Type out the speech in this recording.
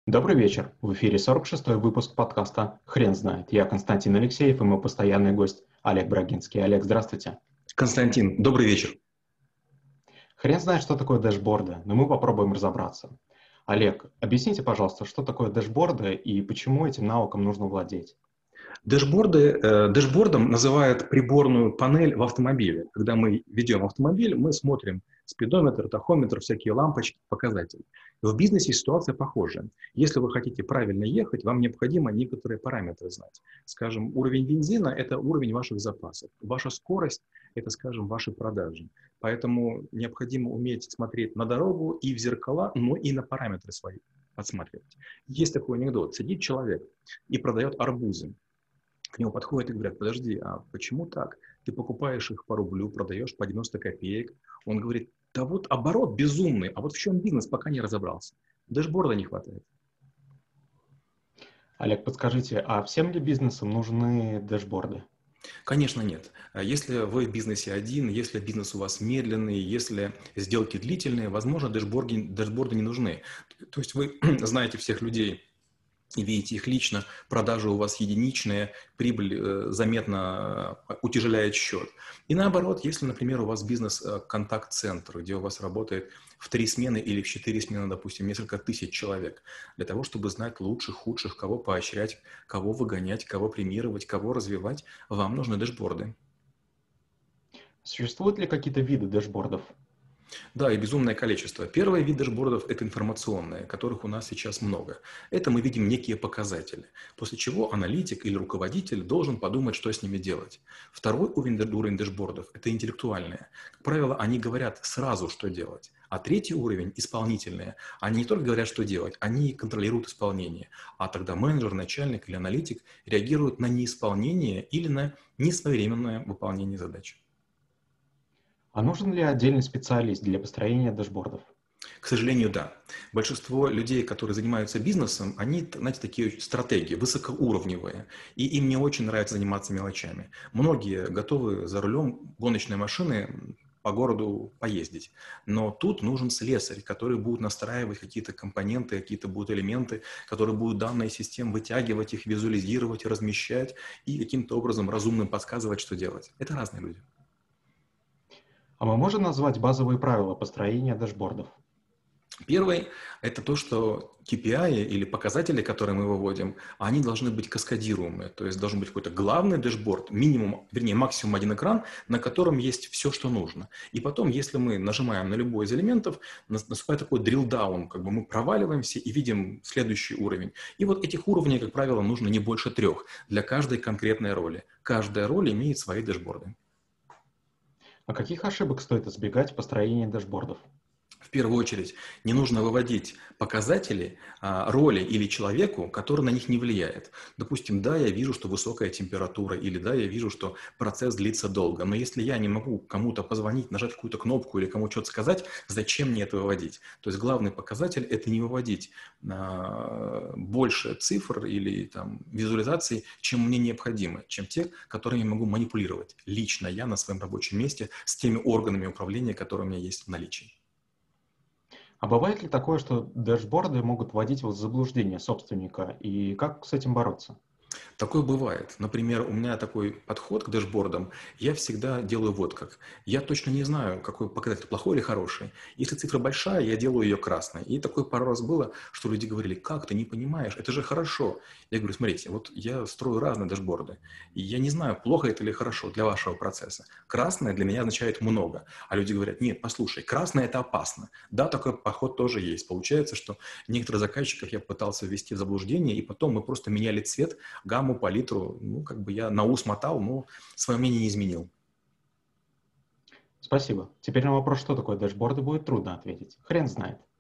Добрый вечер. В эфире 46-й выпуск подкаста «Хрен знает». Я Константин Алексеев и мой постоянный гость Олег Брагинский. Олег, здравствуйте. Константин, добрый вечер. Хрен знает, что такое дэшборды, но мы попробуем разобраться. Олег, объясните, пожалуйста, что такое дэшборды и почему этим навыком нужно владеть? Дэшбордом называют приборную панель в автомобиле. Когда мы ведем автомобиль, мы смотрим спидометр, тахометр, всякие лампочки, показатели. В бизнесе ситуация похожая. Если вы хотите правильно ехать, вам необходимо некоторые параметры знать. Скажем, уровень бензина – это уровень ваших запасов. Ваша скорость – это, скажем, ваши продажи. Поэтому необходимо уметь смотреть на дорогу и в зеркала, но и на параметры свои подсматривать. Есть такой анекдот. Сидит человек и продает арбузы. К нему подходят и говорят: подожди, а почему так? Ты покупаешь их по рублю, продаешь по 90 копеек. Он говорит: да вот оборот безумный, а вот в чем бизнес, пока не разобрался. Дэшборда не хватает. Олег, подскажите, а всем ли бизнесам нужны дэшборды? Конечно, нет. Если вы в бизнесе один, если бизнес у вас медленный, если сделки длительные, возможно, дэшборды не нужны. То есть вы знаете всех людей и видите их лично, продажи у вас единичные, прибыль заметно утяжеляет счет. И наоборот, если, например, у вас бизнес контакт-центр, где у вас работает в 3 смены или в 4 смены, допустим, несколько тысяч человек, для того, чтобы знать лучших, худших, кого поощрять, кого выгонять, кого премировать, кого развивать, вам нужны дэшборды. Существуют ли какие-то виды дэшбордов? Да, и безумное количество. Первый вид дэшбордов – это информационные, которых у нас сейчас много. Это мы видим некие показатели, после чего аналитик или руководитель должен подумать, что с ними делать. Второй уровень дэшбордов – это интеллектуальные. Как правило, они говорят сразу, что делать. А третий уровень – исполнительные. Они не только говорят, что делать, они контролируют исполнение. А тогда менеджер, начальник или аналитик реагируют на неисполнение или на несвоевременное выполнение задачи. А нужен ли отдельный специалист для построения дэшбордов? К сожалению, да. Большинство людей, которые занимаются бизнесом, они, знаете, такие стратегии, высокоуровневые, и им не очень нравится заниматься мелочами. Многие готовы за рулем гоночной машины по городу поездить. Но тут нужен слесарь, который будет настраивать какие-то компоненты, какие-то будут элементы, которые будут данные системы вытягивать, их визуализировать, размещать и каким-то образом разумным подсказывать, что делать. Это разные люди. А мы можем назвать базовые правила построения дэшбордов? Первый – это то, что KPI или показатели, которые мы выводим, они должны быть каскадируемые. То есть должен быть какой-то главный дэшборд, минимум, вернее, максимум один экран, на котором есть все, что нужно. И потом, если мы нажимаем на любой из элементов, наступает такой drill-down, как бы мы проваливаемся и видим следующий уровень. И вот этих уровней, как правило, нужно не больше 3 для каждой конкретной роли. Каждая роль имеет свои дэшборды. А каких ошибок стоит избегать в построении дэшбордов? В первую очередь, не нужно выводить показатели роли или человеку, который на них не влияет. Допустим, да, я вижу, что высокая температура, или да, я вижу, что процесс длится долго. Но если я не могу кому-то позвонить, нажать какую-то кнопку или кому что-то сказать, зачем мне это выводить? То есть главный показатель – это не выводить больше цифр или там, визуализаций, чем мне необходимо, чем те, которыми я могу манипулировать. Лично я на своем рабочем месте с теми органами управления, которые у меня есть в наличии. А бывает ли такое, что дэшборды могут вводить в заблуждение собственника, и как с этим бороться? Такое бывает. Например, у меня такой подход к дэшбордам. Я всегда делаю вот как. Я точно не знаю, какой показатель, плохой или хороший. Если цифра большая, я делаю ее красной. И такое пару раз было, что люди говорили: как ты не понимаешь, это же хорошо. Я говорю: смотрите, вот я строю разные дэшборды. И я не знаю, плохо это или хорошо для вашего процесса. Красное для меня означает много. А люди говорят: нет, послушай, красное это опасно. Да, такой подход тоже есть. Получается, что некоторых заказчиков я пытался ввести в заблуждение, и потом мы просто меняли цвет, гамму, палитру, ну, как бы я на ус мотал, но свое мнение не изменил. Спасибо. Теперь на вопрос, что такое дэшборды, будет трудно ответить. Хрен знает.